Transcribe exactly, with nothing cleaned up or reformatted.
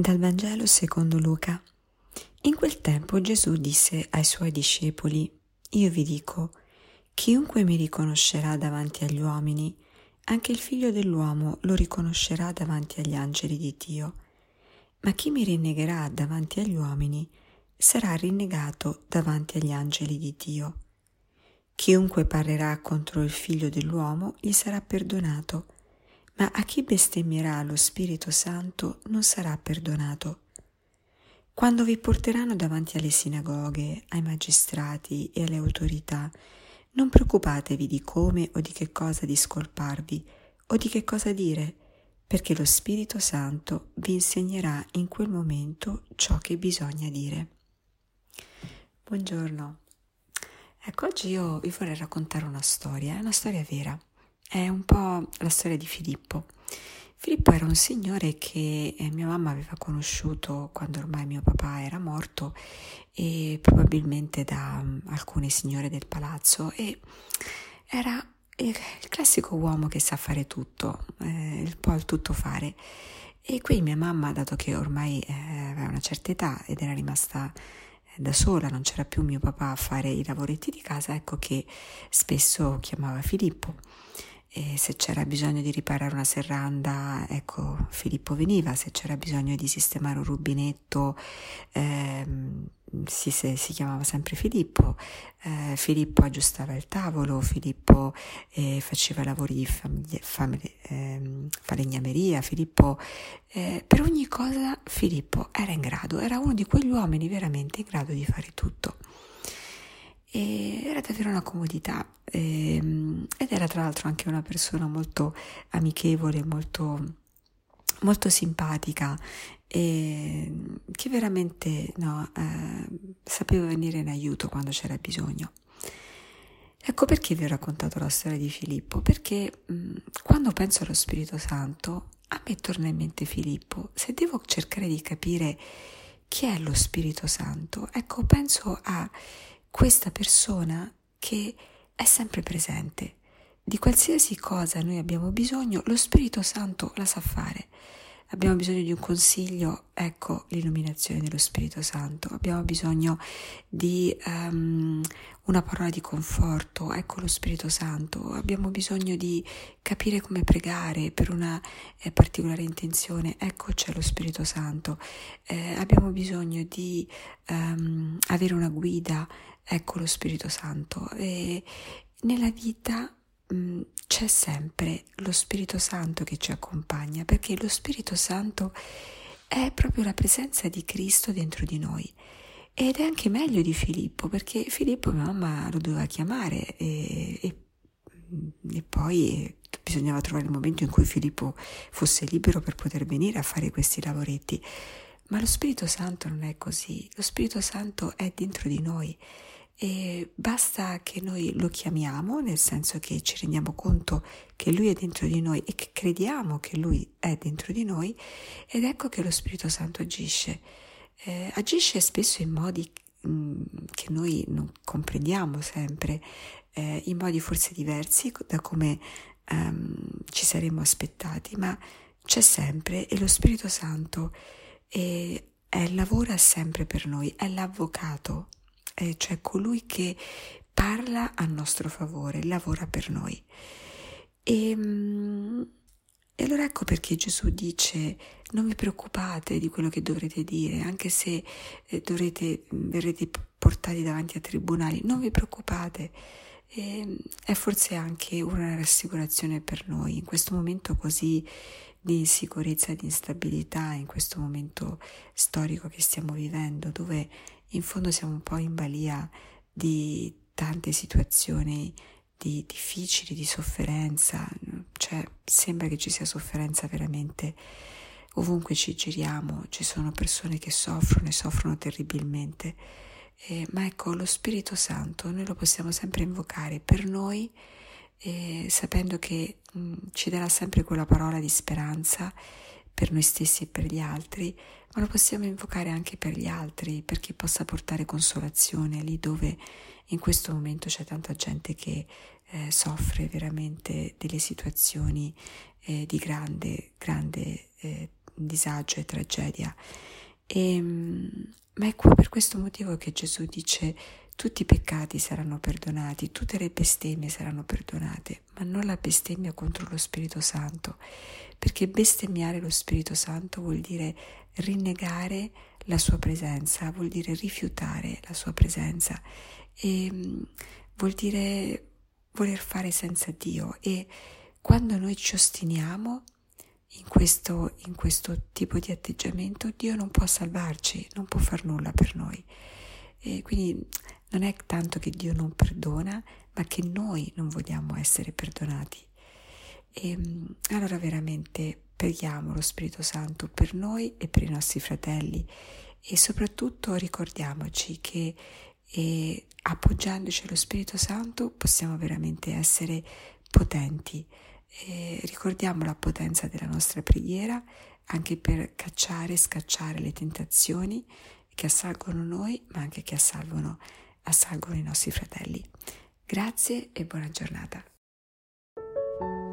Dal Vangelo secondo Luca. In quel tempo Gesù disse ai suoi discepoli: Io vi dico, chiunque mi riconoscerà davanti agli uomini, anche il Figlio dell'uomo lo riconoscerà davanti agli angeli di Dio. Ma chi mi rinnegherà davanti agli uomini sarà rinnegato davanti agli angeli di Dio. Chiunque parlerà contro il Figlio dell'uomo gli sarà perdonato, ma a chi bestemmierà lo Spirito Santo non sarà perdonato. Quando vi porteranno davanti alle sinagoghe, ai magistrati e alle autorità, non preoccupatevi di come o di che cosa discolparvi o di che cosa dire, perché lo Spirito Santo vi insegnerà in quel momento ciò che bisogna dire. Buongiorno. Ecco, oggi io vi vorrei raccontare una storia, è una storia vera. È un po' la storia di Filippo. Filippo era un signore che eh, mia mamma aveva conosciuto quando ormai mio papà era morto e probabilmente da um, alcune signore del palazzo, e era eh, il classico uomo che sa fare tutto, eh, un po' il tutto fare. E qui mia mamma, dato che ormai eh, aveva una certa età ed era rimasta da sola, non c'era più mio papà a fare i lavoretti di casa, ecco che spesso chiamava Filippo. E se c'era bisogno di riparare una serranda, ecco, Filippo veniva. Se c'era bisogno di sistemare un rubinetto, ehm, si, se, si chiamava sempre Filippo. Eh, Filippo aggiustava il tavolo, Filippo eh, faceva lavori di famiglia, famiglia, ehm, falegnameria, Filippo, eh, per ogni cosa Filippo era in grado, era uno di quegli uomini veramente in grado di fare tutto. E era davvero una comodità, ehm, ed era tra l'altro anche una persona molto amichevole, molto, molto simpatica, e che veramente no, eh, sapeva venire in aiuto quando c'era bisogno. Ecco perché vi ho raccontato la storia di Filippo, perché mh, quando penso allo Spirito Santo a me torna in mente Filippo. Se devo cercare di capire chi è lo Spirito Santo, ecco, penso a questa persona che è sempre presente. Di qualsiasi cosa noi abbiamo bisogno, lo Spirito Santo la sa fare. Abbiamo bisogno di un consiglio, ecco l'illuminazione dello Spirito Santo. Abbiamo bisogno di um, una parola di conforto, ecco lo Spirito Santo. Abbiamo bisogno di capire come pregare per una eh, particolare intenzione, ecco c'è lo Spirito Santo. Eh, abbiamo bisogno di um, avere una guida, ecco lo Spirito Santo. E nella vita mh, c'è sempre lo Spirito Santo che ci accompagna, perché lo Spirito Santo è proprio la presenza di Cristo dentro di noi. Ed è anche meglio di Filippo, perché Filippo mia mamma lo doveva chiamare e, e, e poi bisognava trovare il momento in cui Filippo fosse libero per poter venire a fare questi lavoretti. Ma lo Spirito Santo non è così, lo Spirito Santo è dentro di noi e basta che noi lo chiamiamo, nel senso che ci rendiamo conto che Lui è dentro di noi e che crediamo che Lui è dentro di noi, ed ecco che lo Spirito Santo agisce. Eh, agisce spesso in modi mh, che noi non comprendiamo sempre, eh, in modi forse diversi da come um, ci saremmo aspettati, ma c'è sempre, e lo Spirito Santo è, è, lavora sempre per noi, è l'avvocato, è cioè colui che parla a nostro favore, lavora per noi. E, e allora ecco perché Gesù dice: non vi preoccupate di quello che dovrete dire, anche se eh, dovrete, verrete portati davanti a tribunali, non vi preoccupate. E, è forse anche una rassicurazione per noi in questo momento così di insicurezza e di instabilità, in questo momento storico che stiamo vivendo, dove in fondo siamo un po' in balia di tante situazioni di difficili, di sofferenza, cioè sembra che ci sia sofferenza veramente ovunque ci giriamo. Ci sono persone che soffrono e soffrono terribilmente, eh, ma ecco lo Spirito Santo noi lo possiamo sempre invocare per noi, eh, sapendo che mh, ci darà sempre quella parola di speranza per noi stessi e per gli altri, ma lo possiamo invocare anche per gli altri, perché possa portare consolazione lì dove in questo momento c'è tanta gente che eh, soffre veramente delle situazioni eh, di grande, grande eh, disagio e tragedia. E, ma è per questo motivo che Gesù dice: tutti i peccati saranno perdonati, tutte le bestemmie saranno perdonate, ma non la bestemmia contro lo Spirito Santo, perché bestemmiare lo Spirito Santo vuol dire rinnegare la sua presenza, vuol dire rifiutare la sua presenza e vuol dire voler fare senza Dio. E quando noi ci ostiniamo in questo, in questo tipo di atteggiamento, Dio non può salvarci, non può far nulla per noi. E quindi non è tanto che Dio non perdona, ma che noi non vogliamo essere perdonati. E allora veramente preghiamo lo Spirito Santo per noi e per i nostri fratelli, e soprattutto ricordiamoci che eh, appoggiandoci allo Spirito Santo possiamo veramente essere potenti. E ricordiamo la potenza della nostra preghiera anche per cacciare e scacciare le tentazioni che assalgono noi, ma anche che assalgono, assalgono i nostri fratelli. Grazie e buona giornata.